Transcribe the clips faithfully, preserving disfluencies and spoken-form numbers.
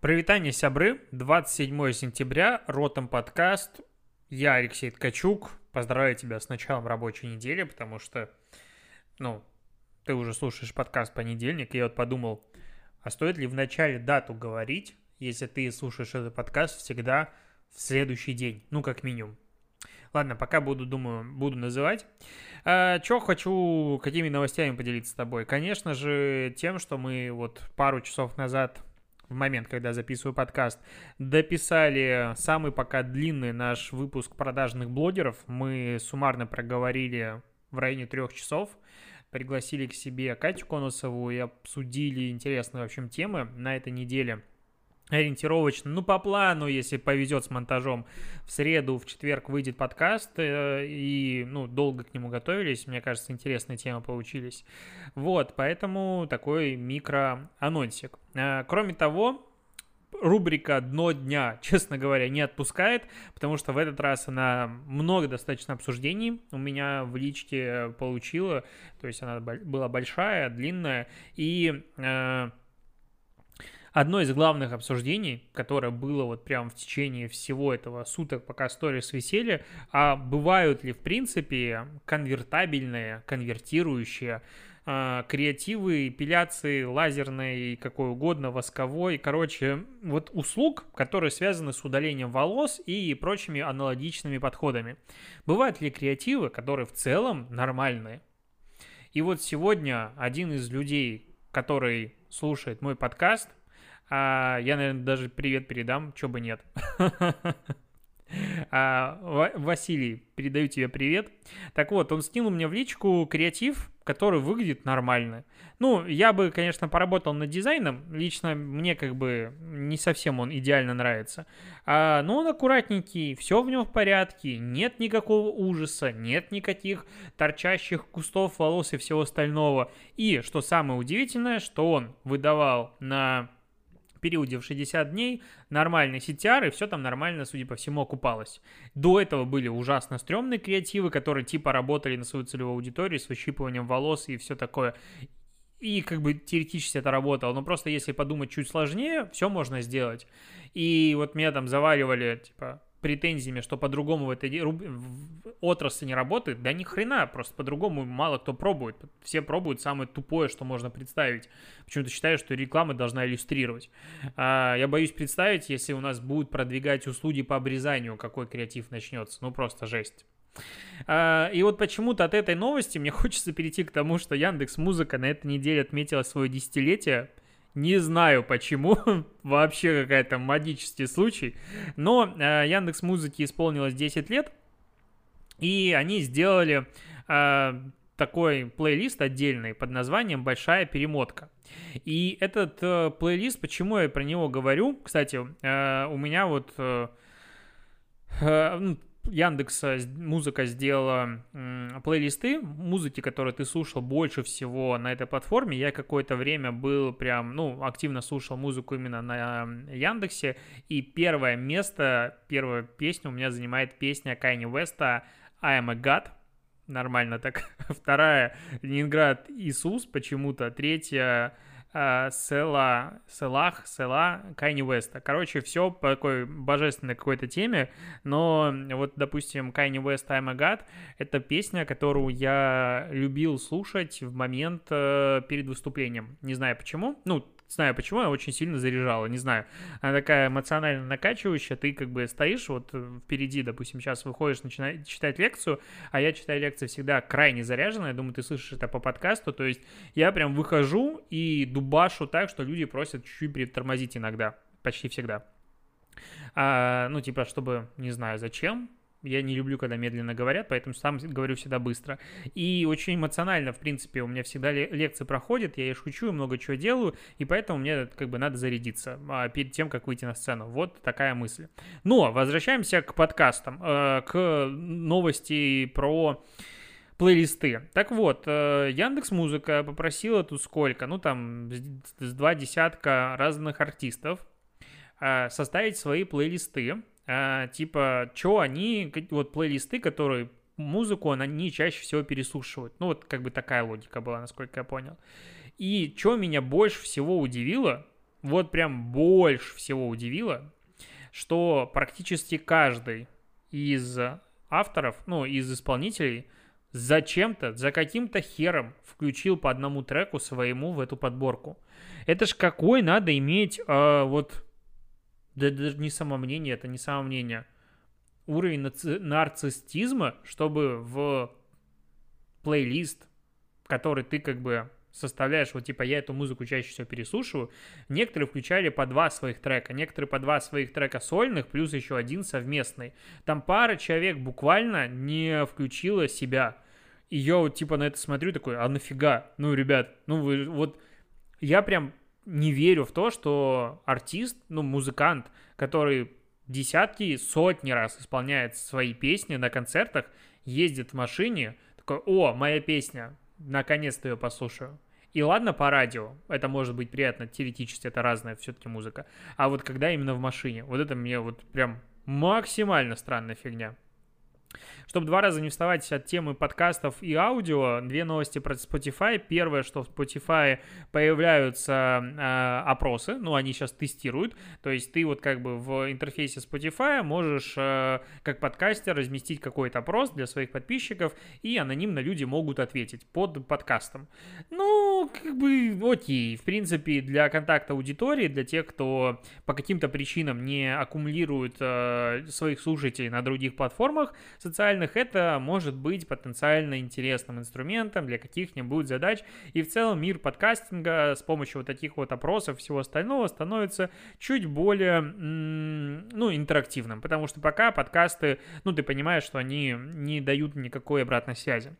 Привитание, сябры. двадцать седьмое сентября, Ротом подкаст. Я Алексей Ткачук. Поздравляю тебя с началом рабочей недели, потому что, ну, ты уже слушаешь подкаст понедельник, и я вот подумал, а стоит ли в начале дату говорить, если ты слушаешь этот подкаст всегда в следующий день, ну, как минимум. Ладно, пока буду, думаю, буду называть. А, чё хочу, какими новостями поделиться с тобой? Конечно же, тем, что мы вот пару часов назад, в момент, когда записываю подкаст, дописали самый пока длинный наш выпуск продажных блогеров. Мы суммарно проговорили в районе трех часов. Пригласили к себе Катю Конусову и обсудили интересные, в общем, темы на этой неделе. Ориентировочно, ну, по плану, если повезет с монтажом, в среду, в четверг выйдет подкаст, э, и, ну, долго к нему готовились, мне кажется, интересные темы получились. Вот, поэтому такой микро-анонсик. Э, кроме того, рубрика «Дно дня», честно говоря, не отпускает, потому что в этот раз она много достаточно обсуждений у меня в личке получила, то есть она была большая, длинная, и... Э, Одно из главных обсуждений, которое было вот прям в течение всего этого суток, пока сторис висели, а бывают ли в принципе конвертабельные, конвертирующие э, креативы, эпиляции, лазерные, какой угодно, восковой, короче, вот услуг, которые связаны с удалением волос и прочими аналогичными подходами. Бывают ли креативы, которые в целом нормальные? И вот сегодня один из людей, который слушает мой подкаст, А, я, наверное, даже привет передам, чё бы нет. а, Василий, передаю тебе привет. Так вот, он скинул мне в личку креатив, который выглядит нормально. Ну, я бы, конечно, поработал над дизайном. Лично мне как бы не совсем он идеально нравится. А, но он аккуратненький, все в нем в порядке, нет никакого ужаса, нет никаких торчащих кустов волос и всего остального. И, что самое удивительное, что он выдавал на... периоде в шестьдесят дней, нормальный си ти ар, и все там нормально, судя по всему, окупалось. До этого были ужасно стрёмные креативы, которые типа работали на свою целевую аудиторию с выщипыванием волос и все такое. И как бы теоретически это работало, но просто если подумать чуть сложнее, все можно сделать. И вот меня там заваливали, типа, претензиями, что по-другому в этой отрасли не работает, да ни хрена, просто по-другому мало кто пробует. Все пробуют самое тупое, что можно представить. Почему-то считаю, что реклама должна иллюстрировать. А, я боюсь представить, если у нас будут продвигать услуги по обрезанию, какой креатив начнется. Ну, просто жесть. А, и вот почему-то от этой новости мне хочется перейти к тому, что Яндекс.Музыка на этой неделе отметила свое десятилетие. Не знаю почему, вообще какой-то магический случай, но э, Яндекс.Музыке исполнилось десять лет, и они сделали э, такой плейлист отдельный под названием «Большая перемотка». И этот э, плейлист, почему я про него говорю, кстати, э, у меня вот... Э, э, Яндекс Музыка сделала м, плейлисты музыки, которые ты слушал больше всего на этой платформе. Я какое-то время был прям, ну, активно слушал музыку именно на Яндексе. И первое место, первая песня у меня занимает песня Kanye West'а «I am a God». Нормально так. Вторая «Ленинград Иисус» почему-то. Третья Села, Селах, Села, Kanye West'а. Короче, все по такой божественной какой-то теме, но вот, допустим, Kanye West I'm a God — это песня, которую я любил слушать в момент э, перед выступлением. Не знаю почему, ну, знаю почему, она очень сильно заряжала, не знаю. Она такая эмоционально накачивающая, ты как бы стоишь вот впереди, допустим, сейчас выходишь, начинаешь читать лекцию, а я читаю лекции всегда крайне заряженная, я думаю, ты слышишь это по подкасту, то есть я прям выхожу и дубашу так, что люди просят чуть-чуть притормозить иногда, почти всегда. А, ну, типа, чтобы, не знаю, зачем. Я не люблю, когда медленно говорят, поэтому сам говорю всегда быстро. И очень эмоционально, в принципе, у меня всегда лекции проходят, я и шучу, и много чего делаю, и поэтому мне как бы надо зарядиться а, перед тем, как выйти на сцену. Вот такая мысль. Но возвращаемся к подкастам, э, к новости про плейлисты. Так вот, Яндекс.Музыка попросила тут сколько? Ну, там, с два десятка разных артистов составить свои плейлисты. Типа, что они, вот плейлисты, которые музыку они чаще всего переслушивают. Ну, вот как бы такая логика была, насколько я понял. И что меня больше всего удивило, вот прям больше всего удивило, что практически каждый из авторов, ну, из исполнителей зачем-то, за каким-то хером включил по одному треку своему в эту подборку. Это ж какой надо иметь, э, вот, да, даже не самомнение, это не самомнение, уровень наци- нарциссизма, чтобы в плейлист, который ты как бы составляешь, вот типа я эту музыку чаще всего переслушиваю, некоторые включали по два своих трека, некоторые по два своих трека сольных, плюс еще один совместный. Там пара человек буквально не включила себя. И я вот типа на это смотрю такой, а нафига? Ну, ребят, ну вы вот... Я прям не верю в то, что артист, ну, музыкант, который десятки, сотни раз исполняет свои песни на концертах, ездит в машине, такой, о, моя песня, наконец-то ее послушаю. И ладно, по радио, это может быть приятно, теоретически это разная все-таки музыка. А вот когда именно в машине, вот это мне вот прям максимально странная фигня. Чтобы два раза не вставать от темы подкастов и аудио, две новости про Spotify. Первое, что в Spotify появляются э, опросы, ну, они сейчас тестируют, то есть ты вот как бы в интерфейсе Spotify можешь э, как подкастер разместить какой-то опрос для своих подписчиков, и анонимно люди могут ответить под подкастом. Ну, как бы, окей, в принципе, для контакта аудитории, для тех, кто по каким-то причинам не аккумулирует э, своих слушателей на других платформах социальных, это может быть потенциально интересным инструментом для каких-нибудь задач. И в целом мир подкастинга с помощью вот таких вот опросов и всего остального становится чуть более, ну, интерактивным. Потому что пока подкасты, ну, ты понимаешь, что они не дают никакой обратной связи.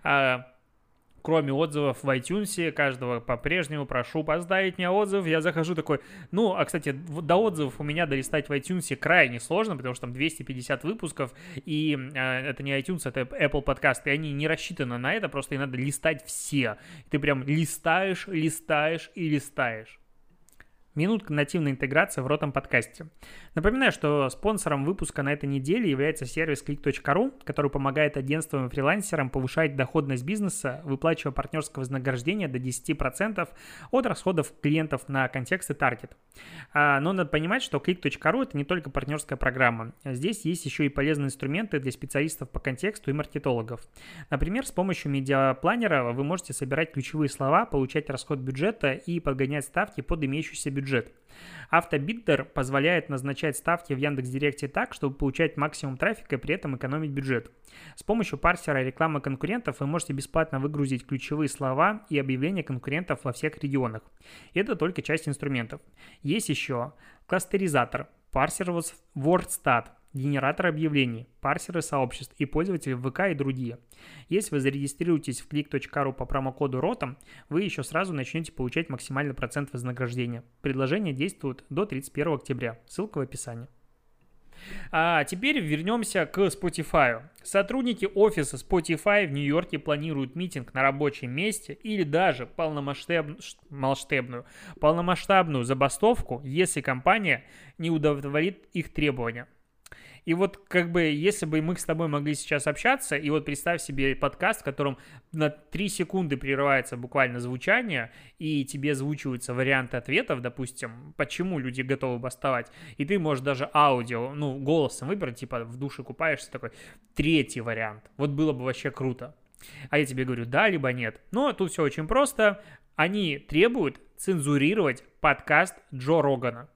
Кроме отзывов в iTunes, каждого по-прежнему прошу поставить мне отзыв. Я захожу такой, ну, а, кстати, до отзывов у меня долистать в iTunes крайне сложно, потому что там двести пятьдесят выпусков, и э, это не iTunes, это Apple Podcast, и они не рассчитаны на это, просто и надо листать все. Ты прям листаешь, листаешь и листаешь. Минутка нативной интеграции в ротом подкасте. Напоминаю, что спонсором выпуска на этой неделе является сервис клик точка ру, который помогает агентствам и фрилансерам повышать доходность бизнеса, выплачивая партнерское вознаграждение до десять процентов от расходов клиентов на контекст и таргет. Но надо понимать, что клик точка ру это не только партнерская программа. Здесь есть еще и полезные инструменты для специалистов по контексту и маркетологов. Например, с помощью медиапланера вы можете собирать ключевые слова, получать расход бюджета и подгонять ставки под имеющийся бюджет. Бюджет. Автобиддер позволяет назначать ставки в Яндекс.Директе так, чтобы получать максимум трафика и при этом экономить бюджет. С помощью парсера рекламы конкурентов вы можете бесплатно выгрузить ключевые слова и объявления конкурентов во всех регионах. И это только часть инструментов. Есть еще кластеризатор, парсер WordStat, генератор объявлений, парсеры сообществ и пользователи ВК и другие. Если вы зарегистрируетесь в клик точка ру по промокоду ротом, вы еще сразу начнете получать максимальный процент вознаграждения. Предложение действует до тридцать первого октября. Ссылка в описании. А теперь вернемся к Spotify. Сотрудники офиса Spotify в Нью-Йорке планируют митинг на рабочем месте или даже полномасштаб... масштабную, полномасштабную забастовку, если компания не удовлетворит их требования. И вот как бы, если бы мы с тобой могли сейчас общаться, и вот представь себе подкаст, в котором на три секунды прерывается буквально звучание, и тебе озвучиваются варианты ответов, допустим, почему люди готовы бастовать, и ты можешь даже аудио, ну, голосом выбрать, типа в душе купаешься, такой, третий вариант. Вот было бы вообще круто. А я тебе говорю, да, либо нет. Но тут все очень просто. Они требуют цензурировать подкаст Джо Рогана.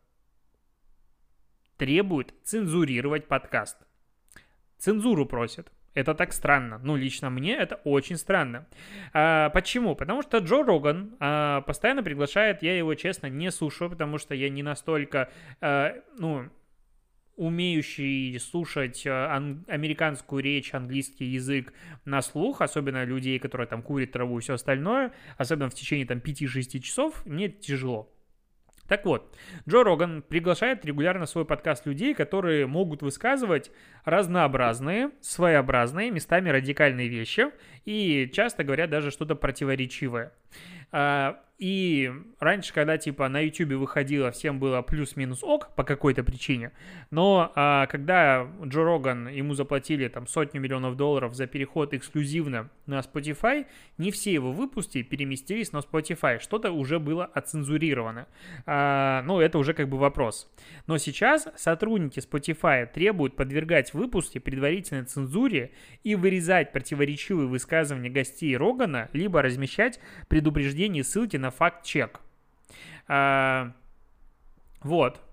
Требует цензурировать подкаст. Цензуру просят. Это так странно. Ну, лично мне это очень странно. А, почему? Потому что Джо Роган а, постоянно приглашает, я его, честно, не слушаю, потому что я не настолько, а, ну, умеющий слушать ан- американскую речь, английский язык на слух, особенно людей, которые там курят траву и все остальное, особенно в течение там пяти-шести часов, мне тяжело. Так вот, Джо Роган приглашает регулярно в свой подкаст людей, которые могут высказывать разнообразные, своеобразные, местами радикальные вещи и часто говорят даже что-то противоречивое. И раньше, когда, типа, на YouTube выходило, всем было плюс-минус ок по какой-то причине, но а, когда Джо Роган, ему заплатили там сотню миллионов долларов за переход эксклюзивно на Spotify, не все его выпуски переместились на Spotify, что-то уже было оцензурировано. А, ну, это уже как бы вопрос. Но сейчас сотрудники Spotify требуют подвергать выпуски предварительной цензуре и вырезать противоречивые высказывания гостей Рогана, либо размещать предупреждение и ссылки на факт-чек. А, вот.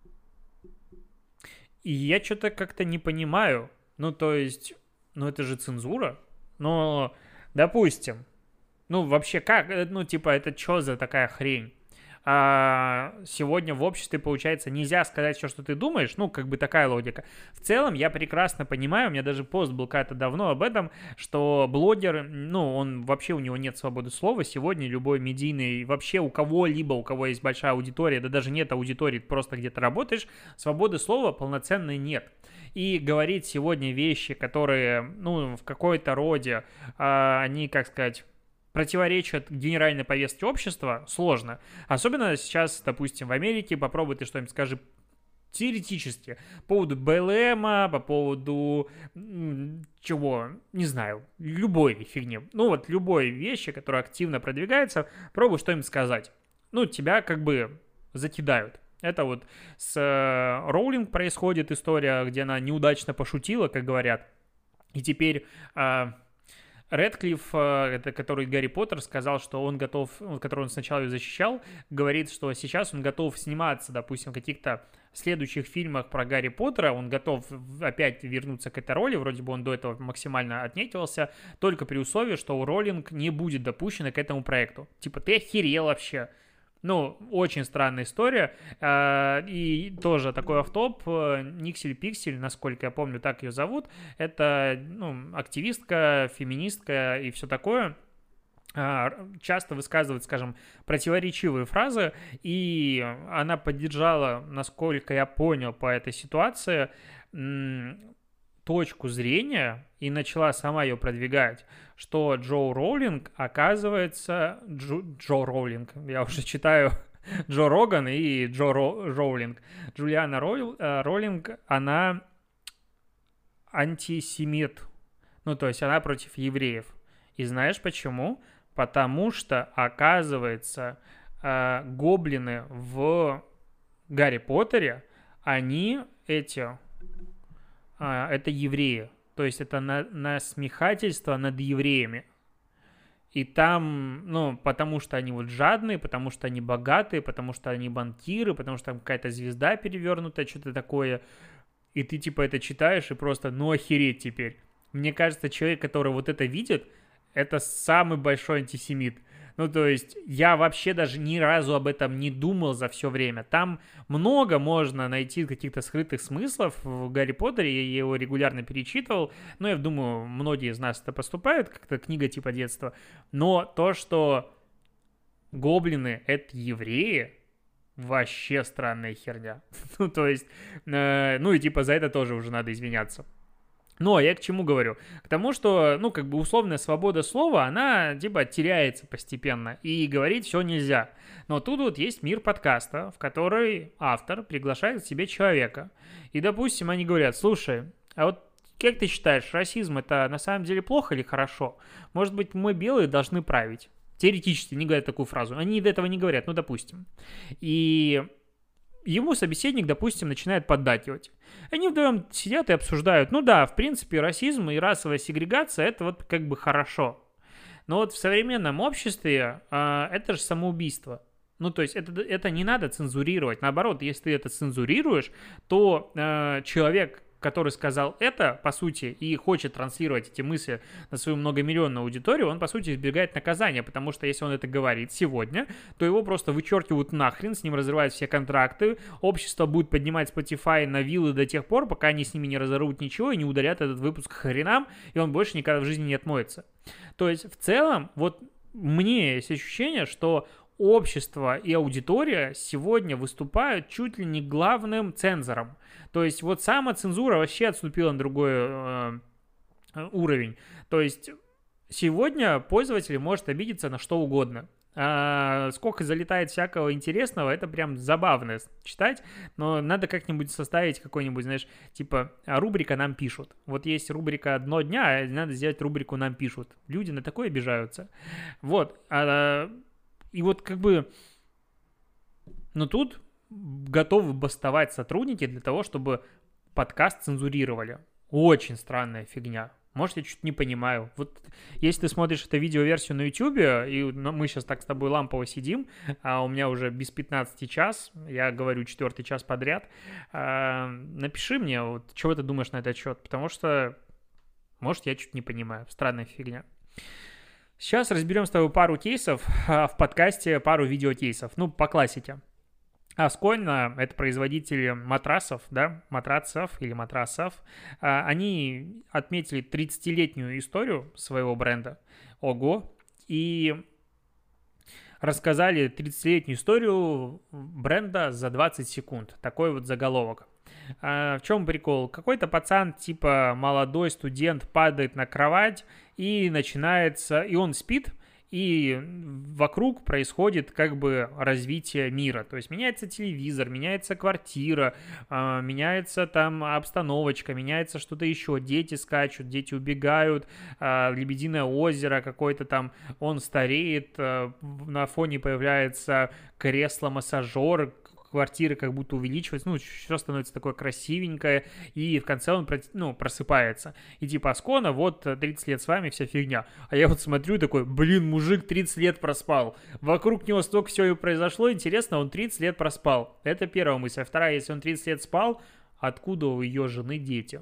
И я что-то как-то не понимаю. Ну, то есть, ну это же цензура. Но, допустим, ну вообще как, ну типа это что за такая хрень? А сегодня в обществе, получается, нельзя сказать все, что ты думаешь, ну, как бы такая логика. В целом, я прекрасно понимаю, у меня даже пост был как-то давно об этом, что блогер, ну, он вообще, у него нет свободы слова. Сегодня любой медийный, вообще у кого-либо, у кого есть большая аудитория, да даже нет аудитории, просто где-то работаешь, свободы слова полноценной нет. И говорить сегодня вещи, которые, ну, в какой-то роде, а, они, как сказать, противоречат генеральной повестке общества, сложно. Особенно сейчас, допустим, в Америке, попробуй ты что-нибудь скажи теоретически по поводу бэ эл эм, по поводу чего, не знаю, любой фигни. Ну вот любой вещи, которая активно продвигается, пробуй что-нибудь сказать. Ну, тебя как бы закидают. Это вот с Роулинг происходит история, где она неудачно пошутила, как говорят. И теперь... Рэдклифф, это который Гарри Поттер, сказал, что он готов, который он сначала ее защищал, говорит, что сейчас он готов сниматься, допустим, в каких-то следующих фильмах про Гарри Поттера, он готов опять вернуться к этой роли, вроде бы он до этого максимально отнекивался, только при условии, что у Роллинг не будет допущена к этому проекту. Типа, ты охерел вообще? Ну, очень странная история. И тоже такой автоп. Никсель Пиксель, насколько я помню, так ее зовут. Это, ну, активистка, феминистка и все такое. Часто высказывает, скажем, противоречивые фразы. И она поддержала, насколько я понял по этой ситуации, точку зрения и начала сама ее продвигать, что Джо Роулинг, оказывается, Джо, Джо Роулинг, я уже читаю Джо Роган и Джо Ро, Роулинг, Джулиана Роу, Роулинг, она антисемит, ну, то есть она против евреев. И знаешь почему? Потому что, оказывается, гоблины в Гарри Поттере, они эти... это евреи, то есть это на, насмехательство над евреями. И там, ну, потому что они вот жадные, потому что они богатые, потому что они банкиры, потому что там какая-то звезда перевернутая, что-то такое. И ты типа это читаешь и просто, ну, охереть теперь. Мне кажется, человек, который вот это видит, это самый большой антисемит. Ну, то есть, я вообще даже ни разу об этом не думал за все время. Там много можно найти каких-то скрытых смыслов в Гарри Поттере, я его регулярно перечитывал, но я думаю, многие из нас это поступают, как-то книга типа детства. Но то, что гоблины — это евреи, вообще странная херня. Ну, то есть, э, ну и типа за это тоже уже надо извиняться. Ну, а я к чему говорю? К тому, что, ну, как бы условная свобода слова, она, типа, теряется постепенно, и говорить все нельзя. Но тут вот есть мир подкаста, в который автор приглашает к себе человека. И, допустим, они говорят: слушай, а вот как ты считаешь, расизм — это на самом деле плохо или хорошо? Может быть, мы белые должны править? Теоретически не говорят такую фразу. Они до этого не говорят, ну, допустим. И... ему собеседник, допустим, начинает поддакивать. Они вдвоем сидят и обсуждают. Ну да, в принципе, расизм и расовая сегрегация — это вот как бы хорошо. Но вот в современном обществе э, это же самоубийство. Ну, то есть это, это не надо цензурировать. Наоборот, если ты это цензурируешь, то э, человек, который сказал это, по сути, и хочет транслировать эти мысли на свою многомиллионную аудиторию, он, по сути, избегает наказания, потому что если он это говорит сегодня, то его просто вычеркивают нахрен, с ним разрывают все контракты, общество будет поднимать Spotify на вилы до тех пор, пока они с ними не разорвут ничего и не удалят этот выпуск к хренам, и он больше никогда в жизни не отмоется. То есть, в целом, вот мне есть ощущение, что общество и аудитория сегодня выступают чуть ли не главным цензором. То есть вот самоцензура вообще отступила на другой э, уровень. То есть сегодня пользователь может обидеться на что угодно. А, сколько залетает всякого интересного, это прям забавно читать, но надо как-нибудь составить какой-нибудь, знаешь, типа рубрика «Нам пишут». Вот есть рубрика «Дно дня», а надо сделать рубрику «Нам пишут». Люди на такое обижаются. Вот. А, и вот как бы... Но тут готовы бастовать сотрудники для того, чтобы подкаст цензурировали. Очень странная фигня. Может, я чуть не понимаю. Вот если ты смотришь эту видеоверсию на YouTube, и ну, мы сейчас так с тобой лампово сидим, а у меня уже без пятнадцати час, я говорю четвертый час подряд, а, напиши мне, вот, чего ты думаешь на этот счет, потому что, может, я чуть не понимаю. Странная фигня. Сейчас разберем с тобой пару кейсов, а в подкасте пару видеокейсов, ну, по классике. Ascoin — это производители матрасов, да, матрацев или матрасов. Они отметили тридцатилетнюю историю своего бренда. Ого! И рассказали тридцатилетнюю историю бренда за двадцать секунд. Такой вот заголовок. А в чем прикол? Какой-то пацан, типа молодой студент, падает на кровать и начинается, и он спит, и вокруг происходит как бы развитие мира. То есть меняется телевизор, меняется квартира, э, меняется там обстановочка, меняется что-то еще. Дети скачут, дети убегают, э, Лебединое озеро какое-то там, он стареет, э, на фоне появляется кресло-массажер, квартиры как будто увеличивается, ну, все становится такое красивенькое, и в конце он, ну, просыпается. И типа Ascoin, вот тридцать лет с вами, вся фигня. А я вот смотрю такой, блин, мужик тридцать лет проспал. Вокруг него столько всего и произошло, интересно, он тридцать лет проспал. Это первая мысль. А вторая, если он тридцать лет спал, откуда у ее жены дети?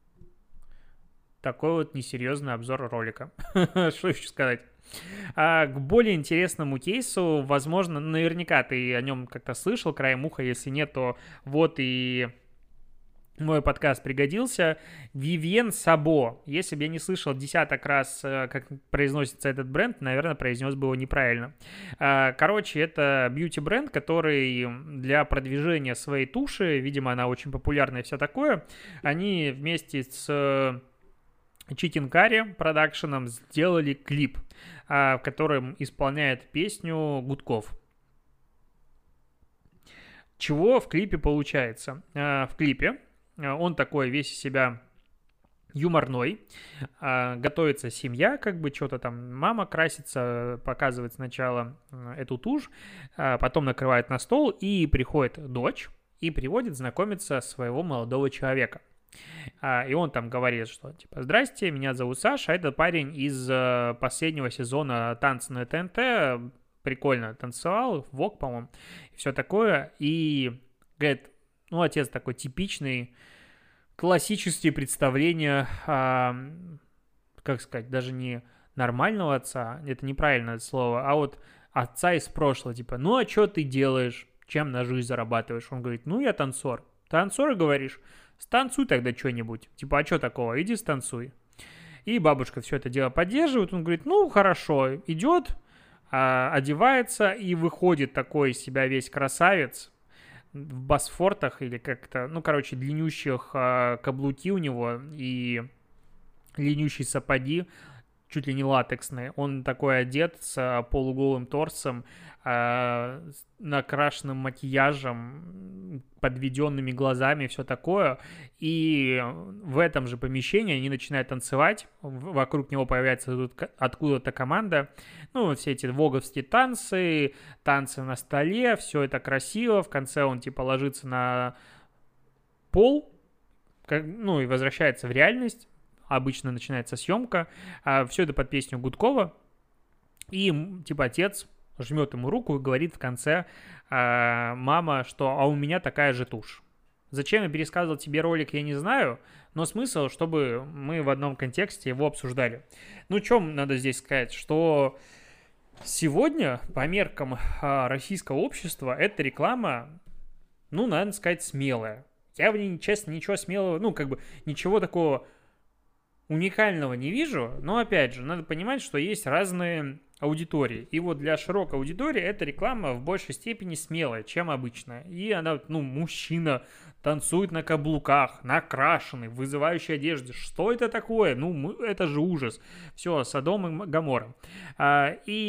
Такой вот несерьезный обзор ролика. Что еще сказать? А к более интересному кейсу, возможно, наверняка ты о нем как-то слышал, краем уха, если нет, то вот и мой подкаст пригодился. Вивьен Сабо. Если бы я не слышал десяток раз, как произносится этот бренд, наверное, произнес бы его неправильно. Короче, это бьюти-бренд, который для продвижения своей туши, видимо, она очень популярная и все такое, они вместе с Chicken Curry продакшеном сделали клип, в котором исполняет песню Гудков. Чего в клипе получается? В клипе он такой весь из себя юморной, готовится семья, как бы что-то там, мама красится, показывает сначала эту тушь, потом накрывает на стол, и приходит дочь и приводит знакомиться своего молодого человека. А, и он там говорит, что типа: «Здрасте, меня зовут Саша, это парень из uh, последнего сезона «Танца на ТНТ», прикольно танцевал, вок, по-моему, и все такое». И говорит, ну, отец такой типичный, классические представления, а, как сказать, даже не нормального отца, это неправильное слово, а вот отца из прошлого, типа: «Ну, а что ты делаешь, чем на жизнь зарабатываешь?» Он говорит: «Ну, я танцор». «Танцор, говоришь? Станцуй тогда что-нибудь». Типа: «А что такого? Иди станцуй». И бабушка все это дело поддерживает. Он говорит: «Ну, хорошо». Идет, одевается и выходит такой из себя весь красавец в босфортах или как-то, ну, короче, длиннющих каблуки у него и длиннющие сапоги, чуть ли не латексные. Он такой одет с полуголым торсом, накрашенным макияжем, подведенными глазами, все такое. И в этом же помещении они начинают танцевать. Вокруг него появляется откуда-то команда. Ну, все эти воговские танцы, танцы на столе, все это красиво. В конце он типа ложится на пол, ну, и возвращается в реальность. Обычно начинается съемка. Все это под песню Гудкова. И типа отец жмет ему руку и говорит в конце: «Мама, что а у меня такая же тушь». Зачем я пересказывал тебе ролик, я не знаю, но смысл, чтобы мы в одном контексте его обсуждали. Ну, что надо здесь сказать, что сегодня по меркам российского общества эта реклама, ну, надо сказать, смелая. Я в ней, честно, ничего смелого, ну, как бы ничего такого уникального не вижу, но, опять же, надо понимать, что есть разные аудитории. И вот для широкой аудитории эта реклама в большей степени смелая, чем обычная. И она, ну, мужчина танцует на каблуках, накрашенный, в вызывающей одежде. Что это такое? Ну, мы, это же ужас. Все, Содом и Гоморра. А, и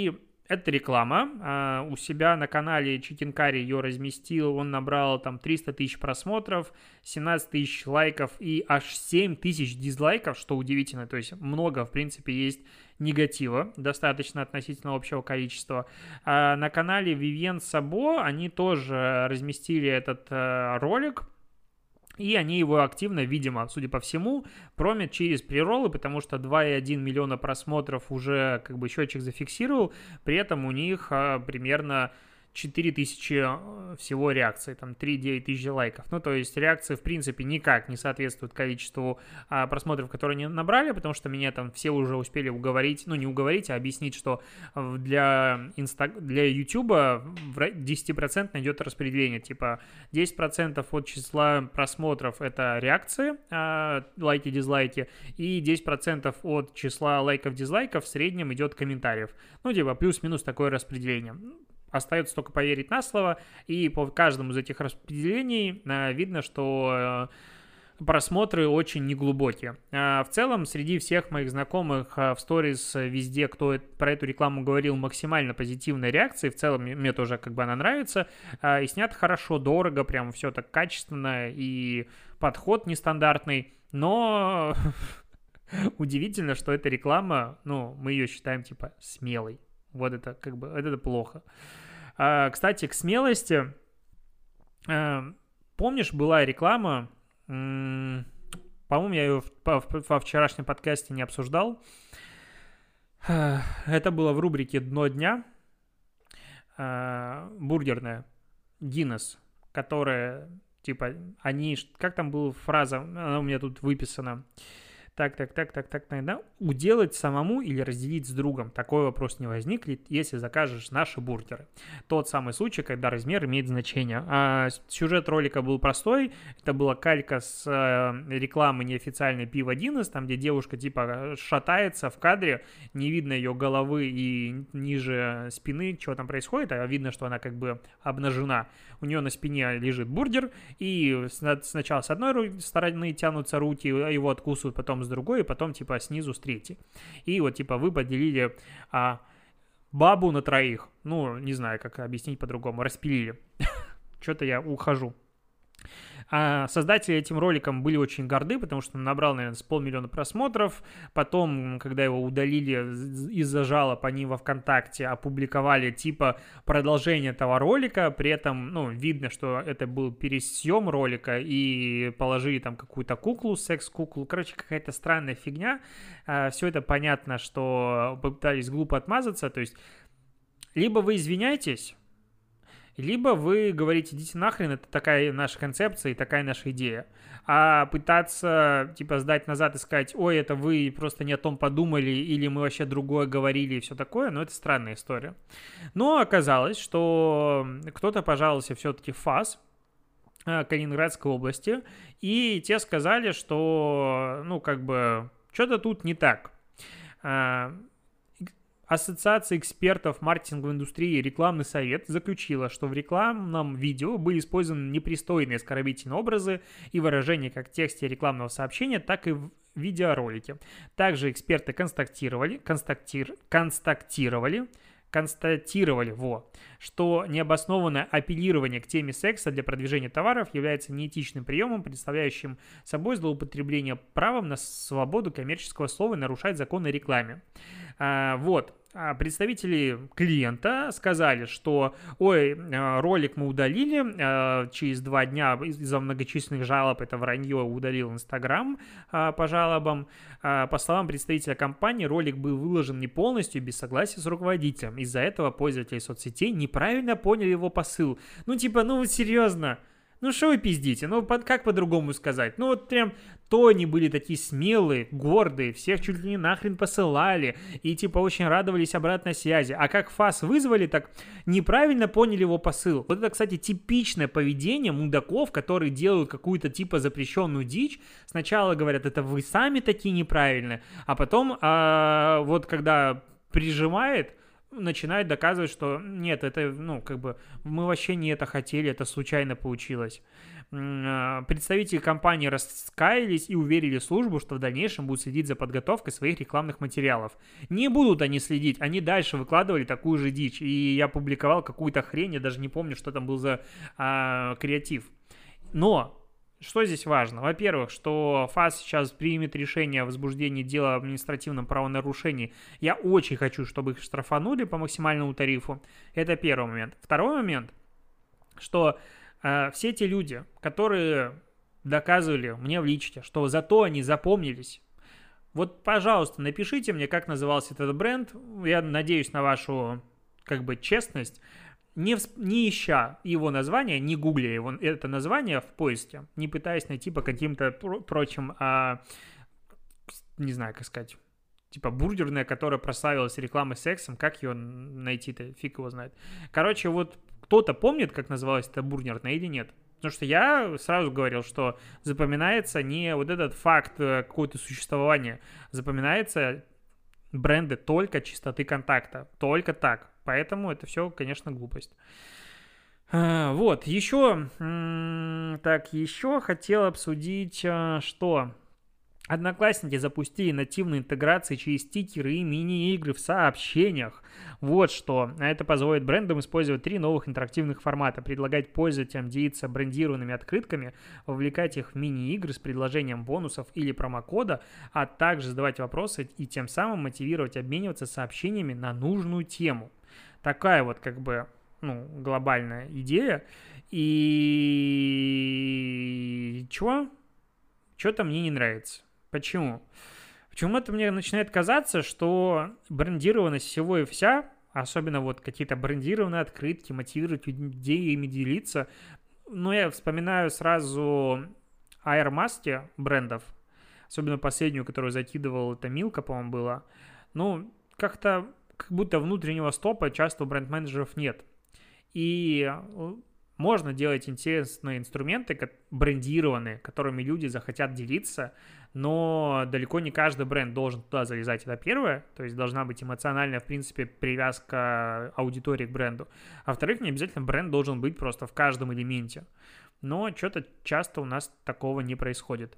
Это реклама. А, у себя на канале Chicken Curry ее разместил. Он набрал там триста тысяч просмотров, семнадцать тысяч лайков и аж семь тысяч дизлайков, что удивительно. То есть много, в принципе, есть негатива, достаточно относительно общего количества. А на канале Vivien Sabo они тоже разместили этот а, ролик. И они его активно, видимо, судя по всему, промят через прероллы, потому что два и один миллиона просмотров уже как бы счетчик зафиксировал, при этом у них а, примерно четыре тысячи всего реакций, там три-девять тысяч лайков. Ну, то есть реакции, в принципе, никак не соответствуют количеству а, просмотров, которые они набрали, потому что меня там все уже успели уговорить, ну, не уговорить, а объяснить, что для, инста... для YouTube десять процентов идет распределение, типа десять процентов от числа просмотров это реакции, а, лайки, дизлайки, и десять процентов от числа лайков-дизлайков в среднем идет комментариев. Ну, типа плюс-минус такое распределение. Остается только поверить на слово, и по каждому из этих распределений э, видно, что э, просмотры очень неглубокие. Э, в целом, среди всех моих знакомых э, в сторис везде, кто про эту рекламу говорил, максимально позитивные реакции. В целом, мне тоже как бы она нравится. Э, и снято хорошо, дорого, прям все так качественно, и подход нестандартный. Но удивительно, что эта реклама, ну, мы ее считаем типа смелой. Вот это как бы, это плохо. А, кстати, к смелости. А, помнишь, была реклама, м- по-моему, я ее во вчерашнем подкасте не обсуждал. А, это было в рубрике «Дно дня». А, бургерная. Guinness, которая, типа, они... Как там была фраза? Она у меня тут выписана. Так, так, так, так, так, наверное, уделать самому или разделить с другом. Такой вопрос не возникнет, если закажешь наши бургеры. Тот самый случай, когда размер имеет значение. А сюжет ролика был простой. Это была калька с э, рекламы неофициальной пива Guinness, там, где девушка типа шатается в кадре, не видно ее головы и ниже спины, что там происходит, а видно, что она как бы обнажена. У нее на спине лежит бургер, и сначала с одной стороны тянутся руки, его откусывают, потом с другой, и потом, типа, снизу с третьей. И вот, типа, вы поделили а, бабу на троих. Ну, не знаю, как объяснить по-другому. Распилили. Что-то я ухожу. А создатели этим роликом были очень горды, потому что он набрал, наверное, с полмиллиона просмотров. Потом, когда его удалили из-за жалоб, они во ВКонтакте опубликовали типа продолжение этого ролика. При этом, ну, видно, что это был пересъем ролика, и положили там какую-то куклу, секс-куклу. Короче, какая-то странная фигня. Все это понятно, что попытались глупо отмазаться. То есть, либо вы извиняетесь, либо вы говорите, идите нахрен, это такая наша концепция и такая наша идея. А пытаться, типа, сдать назад и сказать, ой, это вы просто не о том подумали, или мы вообще другое говорили и все такое, ну, это странная история. Но оказалось, что кто-то пожаловался все-таки в ФАС Калининградской области, и те сказали, что, ну, как бы, что-то тут не так. Ассоциация экспертов маркетинговой индустрии «Рекламный совет» заключила, что в рекламном видео были использованы непристойные оскорбительные образы и выражения как в тексте рекламного сообщения, так и в видеоролике. Также эксперты констатировали, констатир, констатировали, констатировали, во, что необоснованное апеллирование к теме секса для продвижения товаров является неэтичным приемом, представляющим собой злоупотребление правом на свободу коммерческого слова и нарушает закон о рекламе. А, вот, представители клиента сказали, что, ой, ролик мы удалили, через два дня из-за многочисленных жалоб, это вранье, удалил Инстаграм по жалобам. По словам представителя компании, ролик был выложен не полностью, без согласия с руководителем. Из-за этого пользователи соцсетей неправильно поняли его посыл. Ну, типа, ну, серьезно. Ну, что вы пиздите? Ну, под, как по-другому сказать? Ну, вот прям то они были такие смелые, гордые, всех чуть ли не нахрен посылали, и, типа, очень радовались обратной связи. А как ФАС вызвали, так неправильно поняли его посыл. Вот это, кстати, типичное поведение мудаков, которые делают какую-то, типа, запрещенную дичь. Сначала говорят, это вы сами такие неправильные, а потом, а, вот когда прижимает, начинают доказывать, что нет, это, ну, как бы, мы вообще не это хотели, это случайно получилось. Представители компании раскаялись и уверили службу, что в дальнейшем будут следить за подготовкой своих рекламных материалов. Не будут они следить, они дальше выкладывали такую же дичь, и я публиковал какую-то хрень, я даже не помню, что там был за а, креатив. Но что здесь важно? Во-первых, что ФАС сейчас примет решение о возбуждении дела об административном правонарушении. Я очень хочу, чтобы их штрафанули по максимальному тарифу. Это первый момент. Второй момент, что э, все те люди, которые доказывали мне в личке, что зато они запомнились, вот, пожалуйста, напишите мне, как назывался этот бренд. Я надеюсь на вашу, как бы, честность. Не, всп... не ища его название, не гугля его, это название в поиске, не пытаясь найти по каким-то про- прочим, а, не знаю, как сказать, типа бургерная, которая прославилась рекламой сексом, как ее найти-то, фиг его знает. Короче, вот кто-то помнит, как называлась эта бургерная или нет? Потому что я сразу говорил, что запоминается не вот этот факт какого-то существования, запоминается бренды только чистоты контакта, только так. Поэтому это все, конечно, глупость. А, вот, еще, так, еще хотел обсудить, что Одноклассники запустили нативные интеграции через стикеры и мини-игры в сообщениях. Вот что. А это позволит брендам использовать три новых интерактивных формата. Предлагать пользователям делиться брендированными открытками, вовлекать их в мини-игры с предложением бонусов или промокода, а также задавать вопросы и тем самым мотивировать обмениваться сообщениями на нужную тему. Такая вот как бы, ну, глобальная идея. И чё? Что-то мне не нравится. Почему? Почему-то мне начинает казаться, что брендированность всего и вся, особенно вот какие-то брендированные открытки, мотивировать людей ими делиться. Но я вспоминаю сразу Airmask брендов, особенно последнюю, которую закидывал, это Милка, по-моему, была. Ну, как-то как будто внутреннего стопа часто у бренд-менеджеров нет. И можно делать интересные инструменты, брендированные, которыми люди захотят делиться, но далеко не каждый бренд должен туда залезать, это первое, то есть должна быть эмоциональная, в принципе, привязка аудитории к бренду. А во-вторых, не обязательно бренд должен быть просто в каждом элементе, но что-то часто у нас такого не происходит.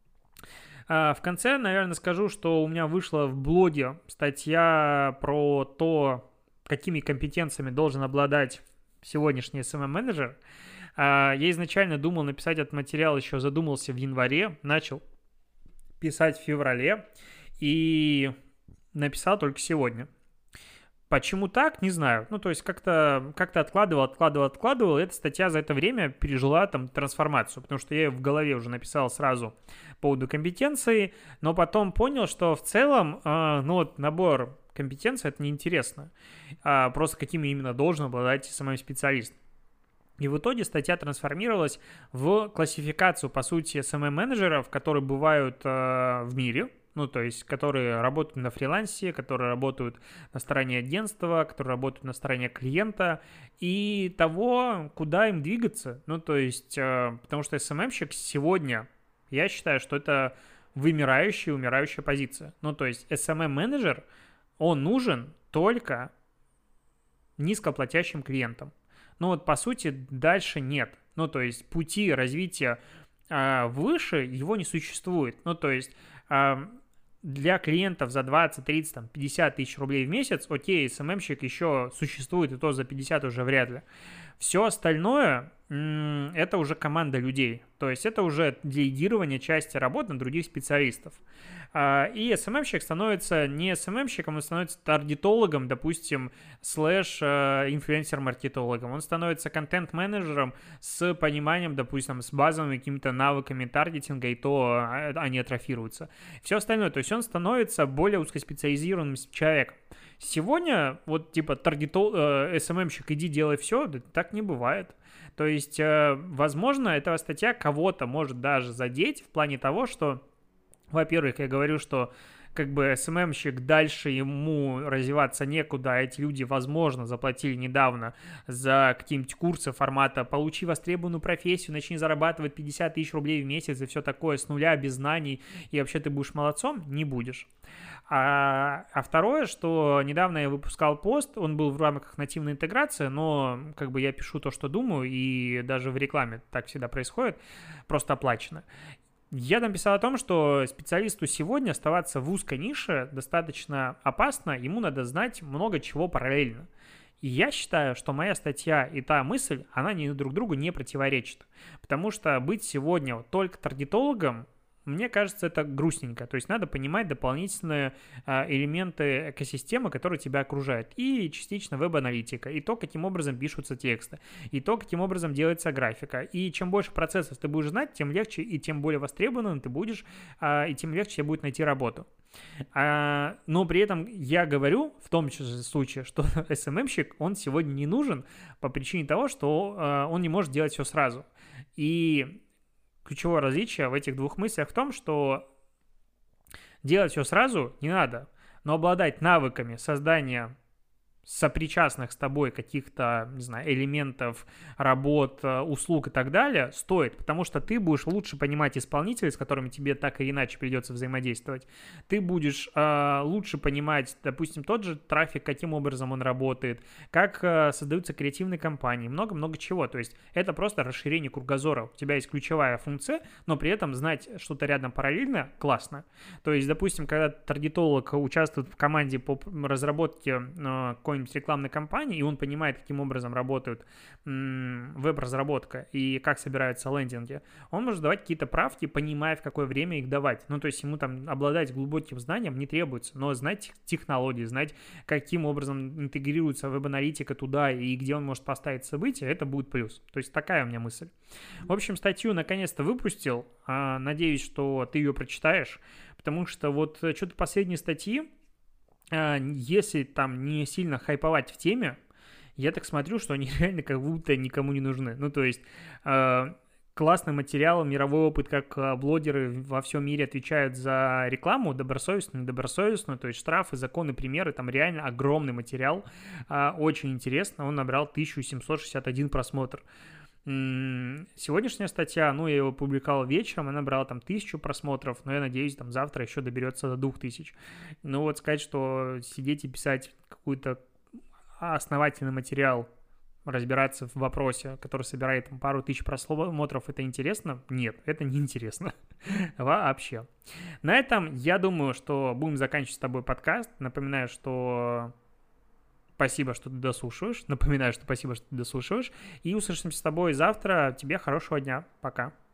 В конце, наверное, скажу, что у меня вышла в блоге статья про то, какими компетенциями должен обладать сегодняшний эс эм эм-менеджер. Я изначально думал написать этот материал, еще задумался в январе, начал писать в феврале и написал только сегодня. Почему так, не знаю. Ну, то есть как-то, как-то откладывал, откладывал, откладывал. И эта статья за это время пережила там трансформацию, потому что я ее в голове уже написал сразу по поводу компетенции, но потом понял, что в целом, э, ну, вот набор компетенций это неинтересно. А просто какими именно должен обладать самый специалист. И в итоге статья трансформировалась в классификацию, по сути, эс эм эм-менеджеров, которые бывают э, в мире, ну, то есть, которые работают на фрилансе, которые работают на стороне агентства, которые работают на стороне клиента, и того, куда им двигаться. Ну, то есть, э, потому что эс эм эм-щик сегодня, я считаю, что это вымирающая, умирающая позиция. Ну, то есть, эс эм эм-менеджер, он нужен только низкоплатящим клиентам. Ну вот, по сути, дальше нет. Ну, то есть, пути развития э, выше его не существует. Ну, то есть, э, для клиентов за двадцать, тридцать, там, пятьдесят тысяч рублей в месяц, окей, эс эм эм-щик еще существует, и то за пятьдесят уже вряд ли. Все остальное м- это уже команда людей. То есть, это уже делегирование части работ на других специалистов. И эс эм эм-щик становится не эс эм эм-щиком, он становится таргетологом, допустим, слэш инфлюенсер-маркетологом. Он становится контент-менеджером с пониманием, допустим, с базовыми какими-то навыками таргетинга, и то они атрофируются. Все остальное, то есть он становится более узкоспециализированным человеком. Сегодня вот типа таргетол, эс эм эм-щик, иди делай все, да, так не бывает. То есть, возможно, эта статья кого-то может даже задеть в плане того, что, во-первых, я говорю, что к как бы эс эм эм-щик, дальше ему развиваться некуда, а эти люди, возможно, заплатили недавно за какие-нибудь курсы формата «получи востребованную профессию, начни зарабатывать пятьдесят тысяч рублей в месяц» и все такое с нуля, без знаний, и вообще ты будешь молодцом, не будешь. А, а второе, что недавно я выпускал пост, он был в рамках нативной интеграции, но как бы я пишу то, что думаю, и даже в рекламе так всегда происходит, просто оплачено. Я написал о том, что специалисту сегодня оставаться в узкой нише достаточно опасно, ему надо знать много чего параллельно. И я считаю, что моя статья и та мысль, она не, друг другу не противоречит. Потому что быть сегодня вот только таргетологом, мне кажется, это грустненько. То есть надо понимать дополнительные а, элементы экосистемы, которые тебя окружают. И частично веб-аналитика, и то, каким образом пишутся тексты, и то, каким образом делается графика. И чем больше процессов ты будешь знать, тем легче и тем более востребованным ты будешь, а, и тем легче тебе будет найти работу. А, но при этом я говорю в том числе случае, что эс эм эм-щик, он сегодня не нужен по причине того, что а, он не может делать все сразу. И ключевое различие в этих двух мыслях в том, что делать все сразу не надо, но обладать навыками создания сопричастных с тобой каких-то, не знаю, элементов, работ, услуг и так далее, стоит, потому что ты будешь лучше понимать исполнителей, с которыми тебе так или иначе придется взаимодействовать. Ты будешь э, лучше понимать, допустим, тот же трафик, каким образом он работает, как э, создаются креативные кампании, много-много чего. То есть это просто расширение кругозора. У тебя есть ключевая функция, но при этом знать что-то рядом параллельно классно. То есть, допустим, когда таргетолог участвует в команде по разработке э, какой-нибудь рекламной кампании, и он понимает, каким образом работает м- веб-разработка и как собираются лендинги, он может давать какие-то правки, понимая, в какое время их давать. Ну, то есть ему там обладать глубоким знанием не требуется, но знать технологии, знать, каким образом интегрируется веб-аналитика туда и где он может поставить события, это будет плюс. То есть такая у меня мысль. В общем, статью наконец-то выпустил. Надеюсь, что ты ее прочитаешь, потому что вот что-то последние статьи, если там не сильно хайповать в теме, я так смотрю, что они реально как будто никому не нужны. Ну, то есть э, классный материал, мировой опыт, как блогеры во всем мире отвечают за рекламу, добросовестную, недобросовестную, то есть штрафы, законы, примеры, там реально огромный материал, э, очень интересно, он набрал тысяча семьсот шестьдесят один просмотр. Сегодняшняя статья, ну, я его публиковал вечером, она набрала там тысячу просмотров, но я надеюсь, там завтра еще доберется до двух тысяч. Ну, вот сказать, что сидеть и писать какой-то основательный материал, разбираться в вопросе, который собирает там, пару тысяч просмотров, это интересно? Нет, это не интересно вообще. На этом я думаю, что будем заканчивать с тобой подкаст. Напоминаю, что... Спасибо, что ты дослушиваешь. Напоминаю, что спасибо, что ты дослушиваешь. И услышимся с тобой завтра. Тебе хорошего дня. Пока.